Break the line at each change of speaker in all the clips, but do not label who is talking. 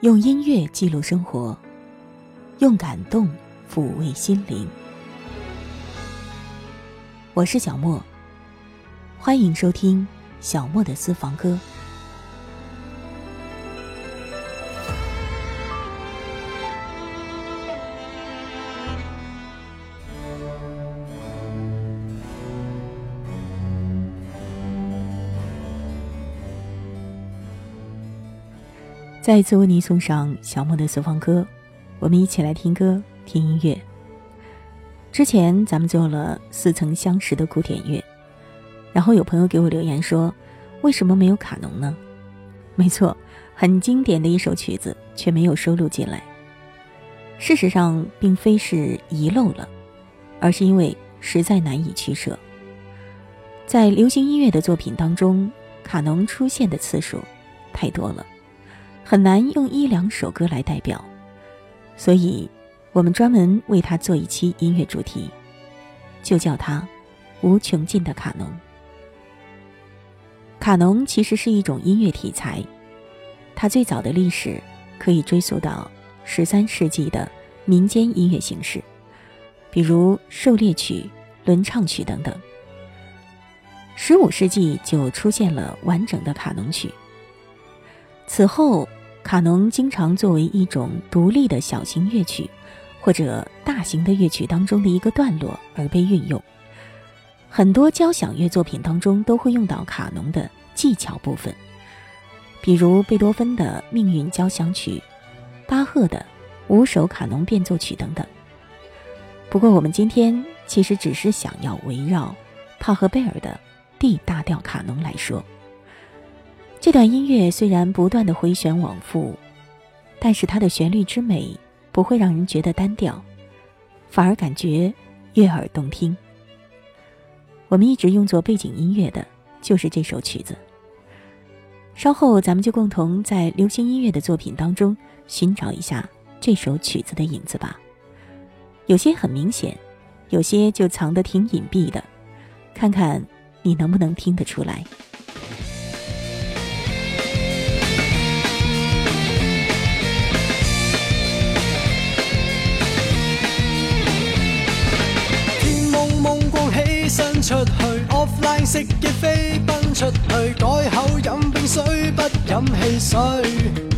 用音乐记录生活，用感动抚慰心灵。我是小莫，欢迎收听小莫的私房歌。再一次为你送上小莫的私房歌，我们一起来听歌听音乐。之前咱们做了似曾相识的古典乐，然后有朋友给我留言说，为什么没有卡农呢？没错，很经典的一首曲子却没有收录进来。事实上并非是遗漏了，而是因为实在难以取舍。在流行音乐的作品当中，卡农出现的次数太多了，很难用一两首歌来代表，所以我们专门为它做一期音乐主题，就叫它无穷尽的卡农。卡农其实是一种音乐题材，它最早的历史可以追溯到13世纪的民间音乐形式，比如狩猎曲、轮唱曲等等。15世纪就出现了完整的卡农曲。此后，卡农经常作为一种独立的小型乐曲或者大型的乐曲当中的一个段落而被运用。很多交响乐作品当中都会用到卡农的技巧部分，比如贝多芬的命运交响曲、巴赫的5首卡农变奏曲等等。不过我们今天其实只是想要围绕帕赫贝尔的 D 大调卡农来说。这段音乐虽然不断的回旋往复，但是它的旋律之美不会让人觉得单调，反而感觉悦耳动听。我们一直用作背景音乐的就是这首曲子。稍后咱们就共同在流行音乐的作品当中寻找一下这首曲子的影子吧。有些很明显，有些就藏得挺隐蔽的，看看你能不能听得出来。
出去 offline 食嘅飛奔出去，改口飲冰水不飲汽水，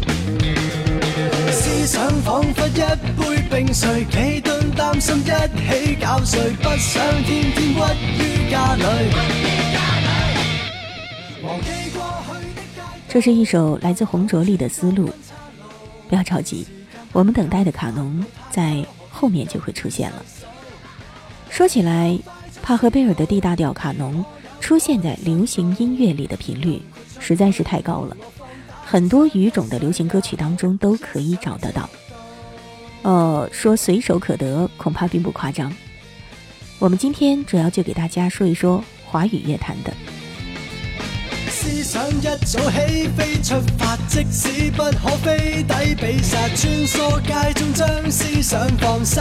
思想彷彿一杯冰水，幾噸擔心一起攪碎，不想天天屈於家裏。
這是一首來自洪卓立的思路，不要着急，我們等待的卡農在後面就會出現了。說起來，帕赫貝爾的 D 大調卡農出現在流行音樂裡的頻率實在是太高了，很多語種的流行歌曲當中都可以找得到。說隨手可得恐怕並不誇張。我們今天主要就給大家說一說華語樂壇的。
思想一早起飛出發，即使不可飛抵比殺，穿梭街中將思想放生。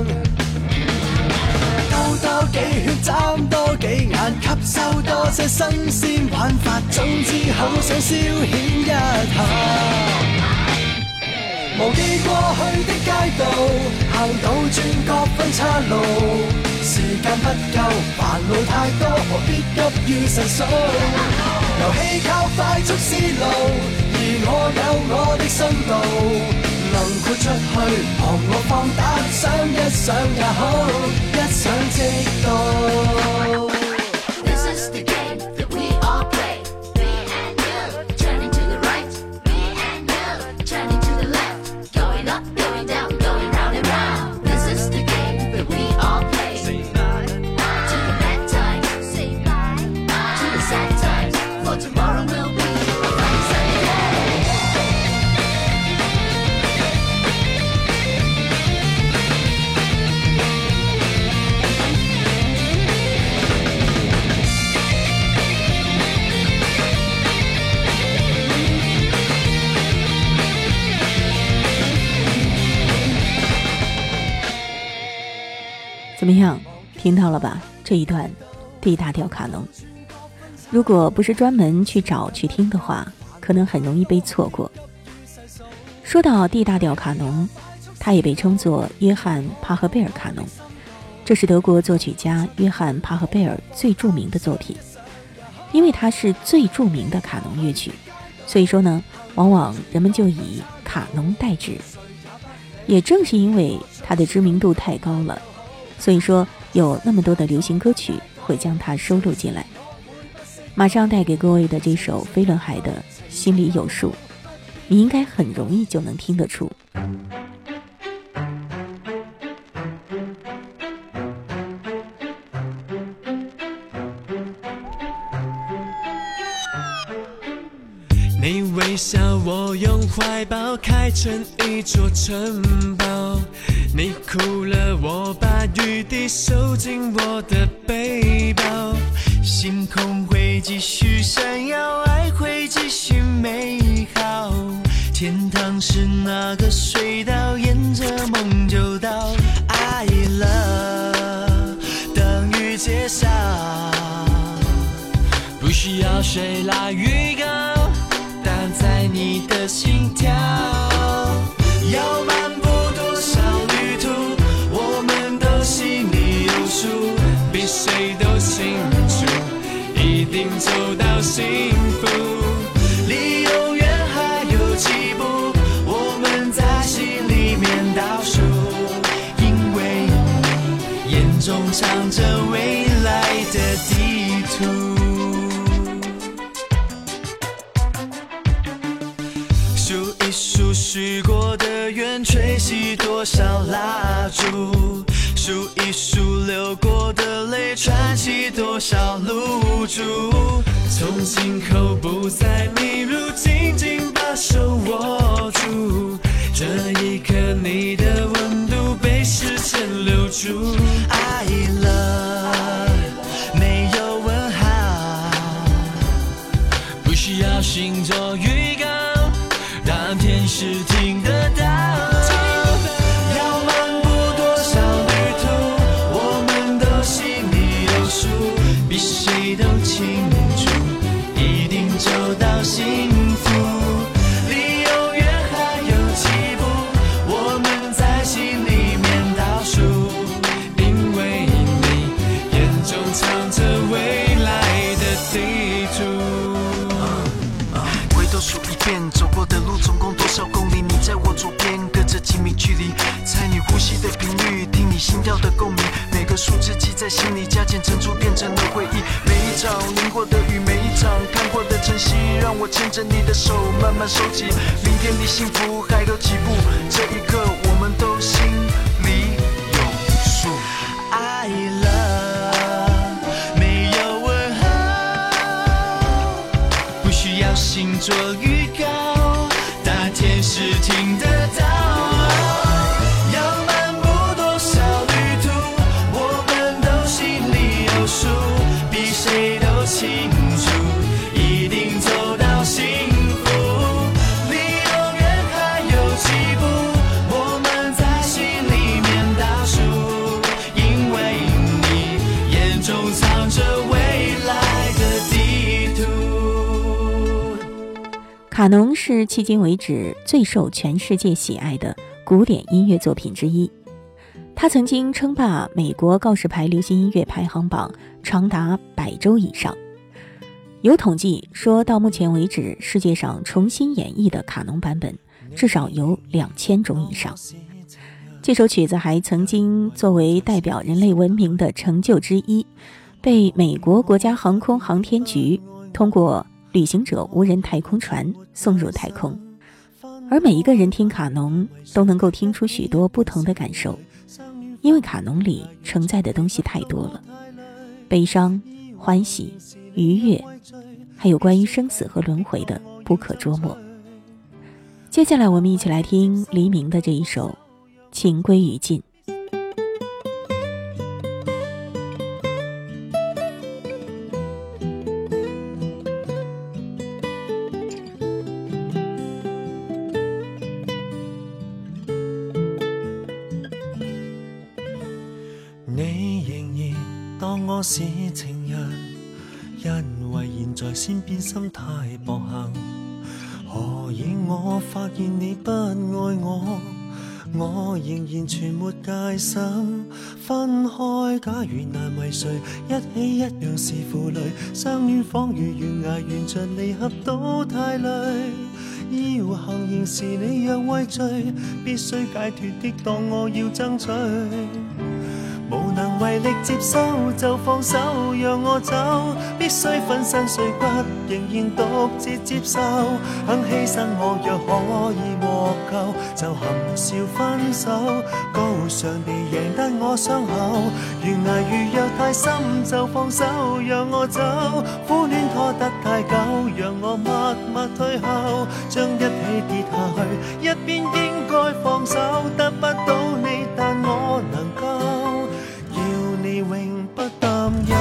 多幾血斬多幾眼，吸收多些新鮮玩法，總之好想消遣一下。忘記過去的街道，行到轉角分岔路，時間不夠，煩惱太多，何必急於細數？遊戲靠快速思路，而我有我的深度。能豁出去，旁我放膽，想一想也好，一想即到。This is the game that we all play. Me and you, turning to the right. Me and you, turning to the left. Going up, going down, going round and round. This is the game that we all play. Say bye to the bad times. Say bye to the sad times. For tomorrow will be a bright sunny day.
怎么样，听到了吧？这一段 D 大调卡农，如果不是专门去找去听的话，可能很容易被错过。 说到 D 大调卡农，它也被称作约翰·帕赫贝尔卡农，这是德国作曲家约翰·帕赫贝尔最著名的作品。因为它是最著名的卡农乐曲，所以说呢，往往人们就以卡农代之。也正是因为它的知名度太高了，所以说有那么多的流行歌曲会将它收录进来。马上带给各位的这首飞轮海的心里有数，你应该很容易就能听得出。
你微笑，我用怀抱开成一座城堡。你哭了，我把雨滴收进我的背包。星空会继续闪耀，爱会继续美好。天堂是那个隧道，沿着梦就到。爱了，等于介绍，不需要谁来预告。在你的心跳，要漫步多少旅途，我们都心里有数，比谁都清楚，一定走到幸福。离永远还有几步，我们在心里面倒数，因为你眼中藏着未来的地图。数一数许过的愿，吹熄多少蜡烛，数一数流过的泪，串起多少露珠。从今后不再迷路，紧紧把手握住，这一刻你的温度被时间留住。爱了，没有问号，不需要星座预告，让天使听得到。要漫步多少旅途，我们都心里有数，比谁都清楚，一定走到幸福。离永远还有几步，我们在心里面倒数，因为你眼中藏着未来的地图。回头数一遍走过的路，总共多少公里？你在我左边，隔着几米距离，猜你呼吸的频率，听你心跳的共鸣。每个数字记在心里，加减乘除变成了回忆。每一场淋过的雨，每一场看过的晨曦，让我牵着你的手慢慢收集。明天离幸福还有几步？这一刻我们都心里有数。爱了，没有问号，不需要星座预告，大天使听得到。要漫步多少旅途，我们都心里有数，比谁都清楚，一定走到幸福。离永远还有几步，我们在心里面倒数，因为你眼中藏着未来的地图。
卡农是迄今为止最受全世界喜爱的古典音乐作品之一，他曾经称霸美国告示牌流行音乐排行榜长达100周以上。有统计说，到目前为止，世界上重新演绎的卡农版本至少有2000种以上。这首曲子还曾经作为代表人类文明的成就之一，被美国国家航空航天局通过旅行者无人太空船送入太空。而每一个人听卡农都能够听出许多不同的感受，因为卡农里承载的东西太多了，悲伤、欢喜、愉悦，还有关于生死和轮回的不可捉摸。接下来我们一起来听黎明的这一首《情归于尽》。
你仍然當我是情人，因為現在先變心太薄幸， 何以我發現你不愛我，我仍然全沒戒心。分開假如難為誰，一起一樣是負累。相戀仿如懸崖，沿着離合都太累。要行刑時你若畏罪，必須解脫的當我要爭取。無能為力接收就放手讓我走，必須粉身碎骨仍然獨自接受。肯犧牲我若可以獲救，就含笑分手。高尚地贏得我傷口，懸崖如若太深就放手讓我走。苦戀拖得太久，讓我默默退後，將一起跌下去，一邊應該放手。得不到你但我能夠你永不擔憂。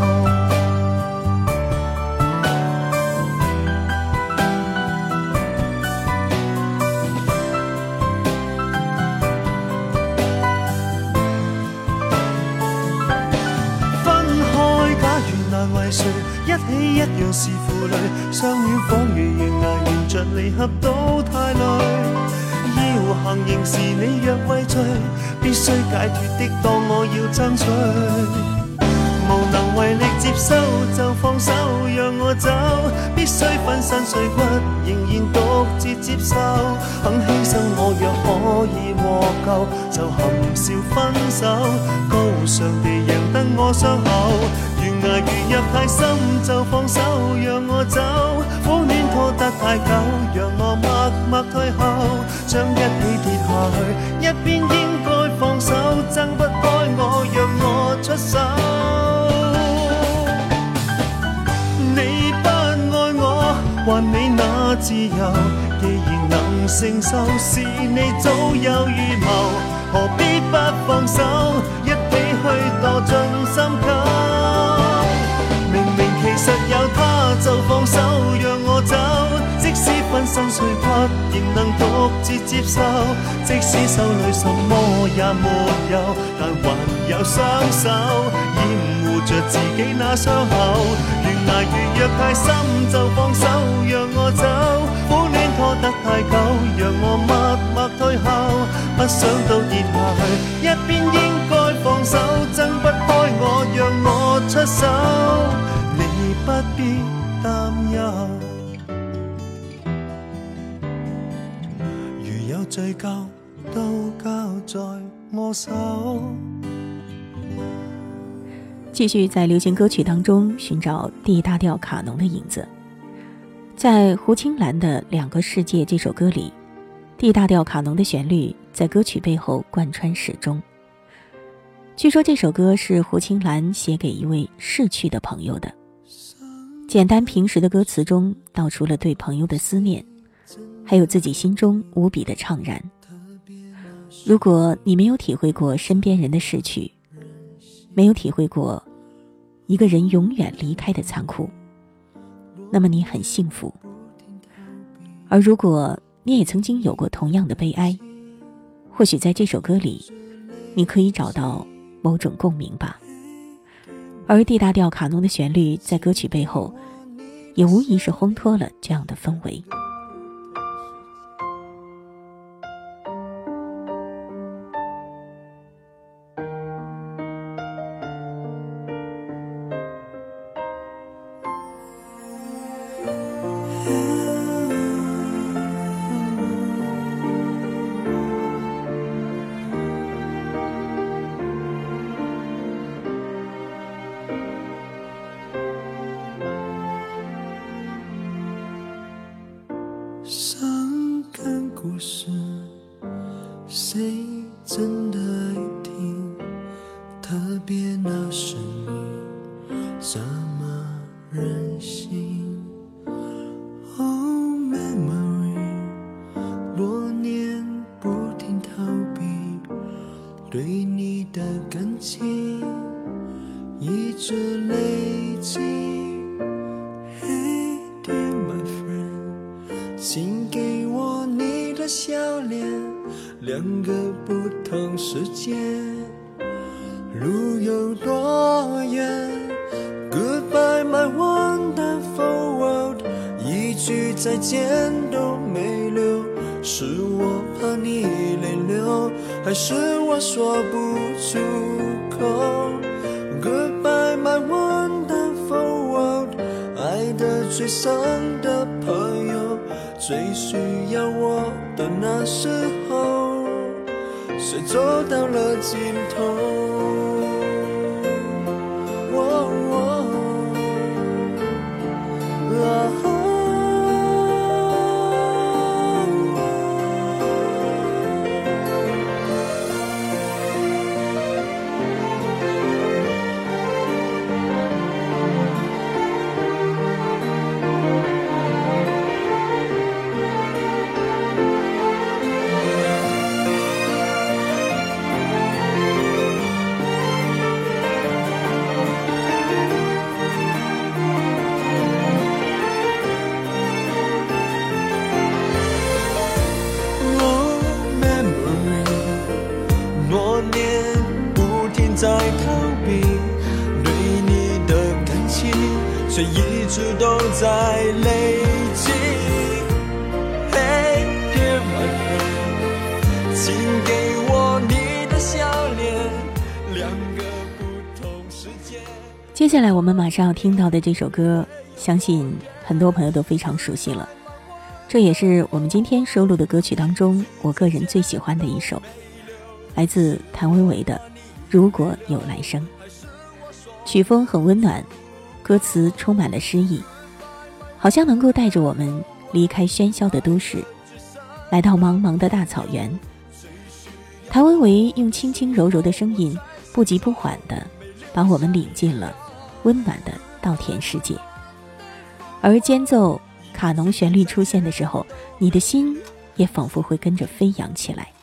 分開假如難為誰，一起一樣是負累。相戀仿如懸崖，沿着離合都太累。要行刑時你若畏罪，必須解脫的當我要爭取。無能為力接收就放手讓我走，必須粉身碎骨仍然獨自接受。肯犧牲我若可以獲救，就含笑分手。高尚地贏得我傷口，懸崖如若太深就放手讓我走。苦戀拖得太久，讓我默默退後，將一起跌下去，一邊應該放手，掙不開我讓我出手。你不愛我，還你那自由，既然能承受，是你早有預謀，何必不放手，一起去墮進深溝。明明其實有他就放手讓我走，即使粉身碎骨仍能獨自接受，即使手裏什麼也沒有，但還有雙手掩護着自己那傷口。懸崖如若太深就放手讓我走，苦戀拖得太久讓我默默退後，不想到跌下去，一邊應該放手，掙不開我讓我出手，你不必擔憂。如有罪疚都交在我手。
继续在流行歌曲当中寻找 D 大调卡农的影子。在胡青兰的《两个世界》这首歌里， D 大调卡农的旋律在歌曲背后贯穿始终。据说这首歌是胡青兰写给一位逝去的朋友的，简单平实的歌词中道出了对朋友的思念，还有自己心中无比的怅然。如果你没有体会过身边人的逝去，没有体会过一个人永远离开的残酷，那么你很幸福。而如果你也曾经有过同样的悲哀，或许在这首歌里你可以找到某种共鸣吧。而 D 大调卡农的旋律在歌曲背后也无疑是烘托了这样的氛围。
伤感故事，谁真的爱听？特别那是你，这么任性。Oh memory， 多年不停逃避，对你的感情一直累积。Hey dear my friend，请给我你的笑脸，两个不同世界，路有多远 ？Goodbye my wonderful world，一句句再见都没留，是我怕你泪流，还是我说不出口？ Goodbye my wonderful world， 爱得最深的朋友，最需要我的那时候，谁走到了尽头？在逃避对你的感情，却一直都在累积。Hey, dear my friend， 请给我你的笑脸，两个不同世界。
接下来我们马上要听到的这首歌，相信很多朋友都非常熟悉了，这也是我们今天收录的歌曲当中我个人最喜欢的一首，来自谭维维的如果有来生。曲风很温暖，歌词充满了诗意，好像能够带着我们离开喧嚣的都市，来到茫茫的大草原。谭维维用轻轻柔柔的声音，不急不缓地把我们领进了温暖的稻田世界。而间奏卡农旋律出现的时候，你的心也仿佛会跟着飞扬起来。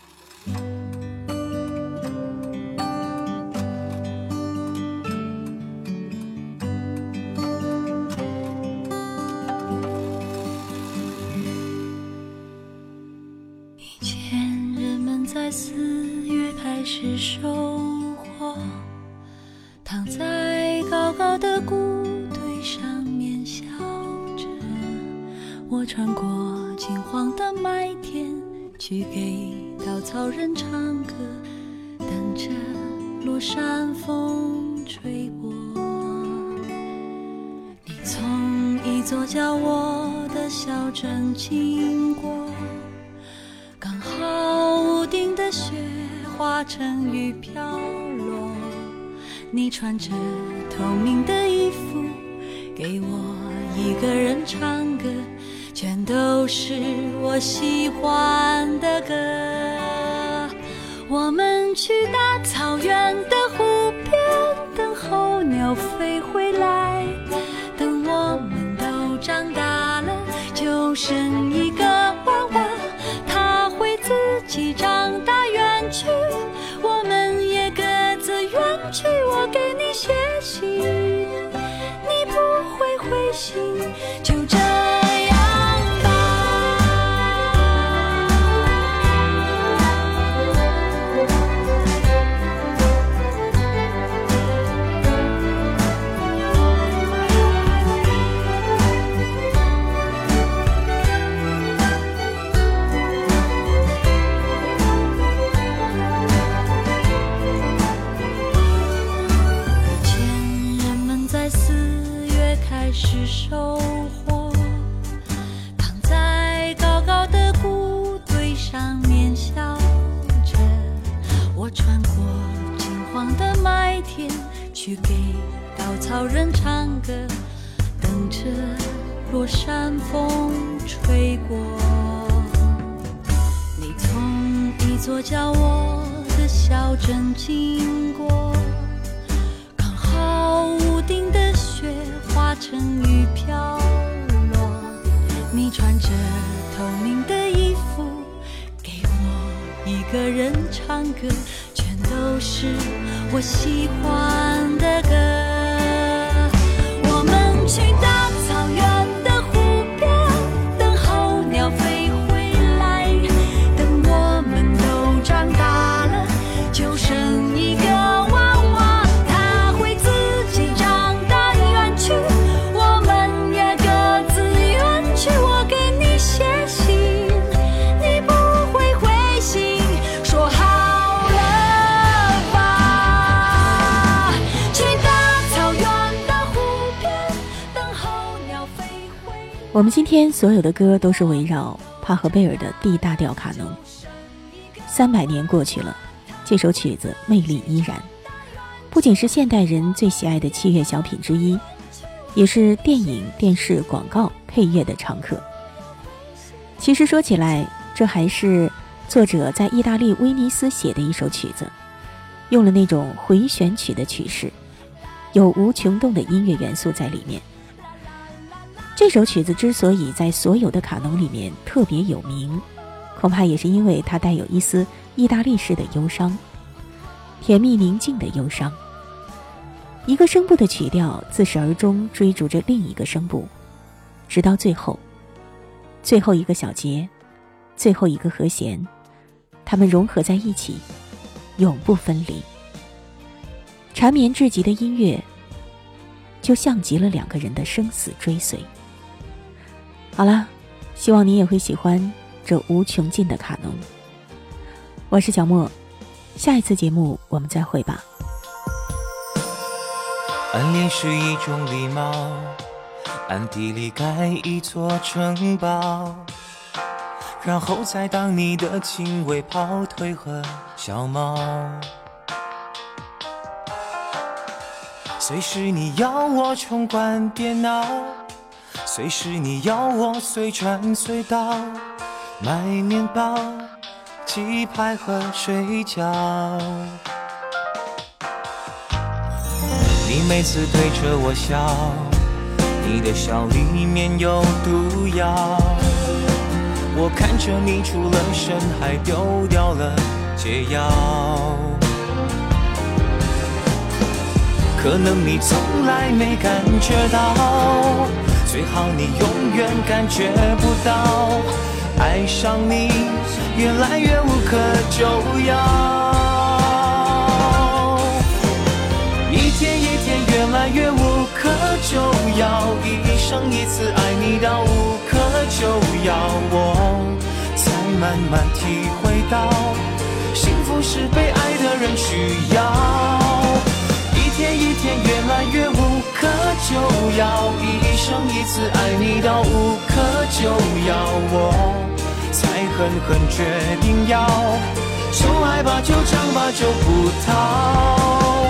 4月开始收获，躺在高高的谷堆上面笑着，我穿过金黄的麦田，去给稻草人唱歌，等着落山风吹过。你从一座叫我的小镇经过，刚好屋顶的雪化成雨飘落，你穿着透明的衣服给我一个人唱歌，全都是我喜欢的歌。我们去大草原的湖边，等候鸟飞回来，等我们都长大了，就剩一个娃娃，他会自己长大远去，我们也各自远去。我给你写信，你不会回信，就这样吧。开始收获，躺在高高的谷堆上面笑着，我穿过金黄的麦田，去给稻草人唱歌，等着落山风吹过。你从一座叫我的小镇经过，刚好屋顶的雪化成雨飘落，你穿着透明的衣服给我一个人唱歌，全都是我喜欢的歌。我们去大草原的湖边，等候鸟飞回来，等我们都长大了，就剩一个娃娃，他会自己长大远去，我们也各自远去。我给
我们今天所有的歌都是围绕帕赫贝尔的 D 大调卡农。300年过去了，这首曲子魅力依然，不仅是现代人最喜爱的器乐小品之一，也是电影、电视、广告配乐的常客。其实说起来，这还是作者在意大利威尼斯写的一首曲子，用了那种回旋曲的曲式，有无穷动的音乐元素在里面。这首曲子之所以在所有的卡农里面特别有名，恐怕也是因为它带有一丝意大利式的忧伤，甜蜜宁静的忧伤。一个声部的曲调自始而终追逐着另一个声部，直到最后一个小节，最后一个和弦，它们融合在一起，永不分离。缠绵至极的音乐，就像极了2个人的生死追随。好了，希望你也会喜欢这无穷尽的卡农。我是小莫，下一次节目我们再会吧。
暗恋是一种礼貌，暗地里盖一座城堡，然后再当你的亲卫跑腿和小猫。随时你要我冲关别闹，随时你要我随传随到，买面包、鸡排和水饺。你每次对着我笑，你的笑里面有毒药。我看着你出了神，还丢掉了解药。可能你从来没感觉到，最好你永远感觉不到，爱上你越来越无可救药。一天一天越来越无可救药，一生一次爱你到无可救药，我才慢慢体会到，幸福是被爱的人需要。一天一天越来越无可救药，一生一次爱你到无可救药，我才狠狠决定要，就爱吧就唱吧就不逃。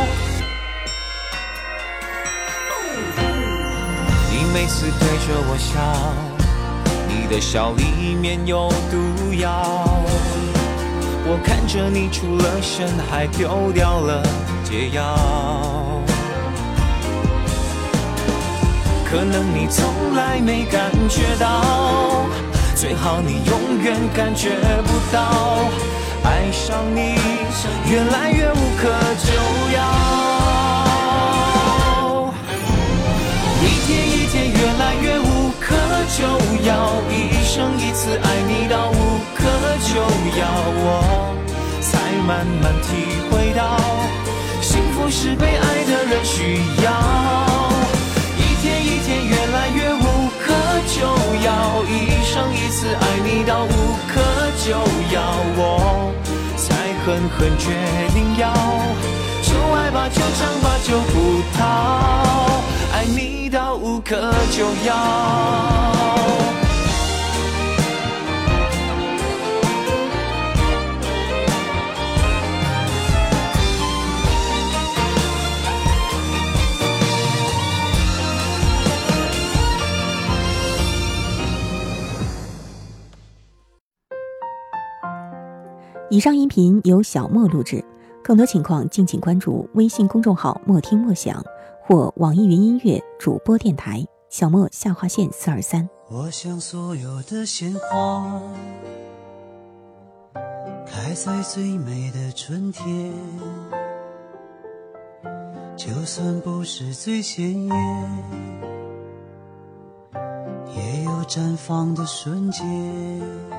你每次对着我笑，你的笑里面有毒药。我看着你出了神，还丢掉了解药。可能你从来没感觉到，最好你永远感觉不到，爱上你越来越无可救药。一天一天越来越无可救药，一生一次爱你到无可救药，我才慢慢体会到，幸福是被爱的人需要。一天一天越来越无可救药，一生一次爱你到无可救药，我才狠狠决定要，就爱吧就唱吧就不逃，爱你到无可救药。
以上音频由小莫录制，更多情况敬请关注微信公众号莫听莫想或网易云音乐主播电台小莫下划线423。
我想所有的鲜花开在最美的春天，就算不是最鲜艳，也有绽放的瞬间。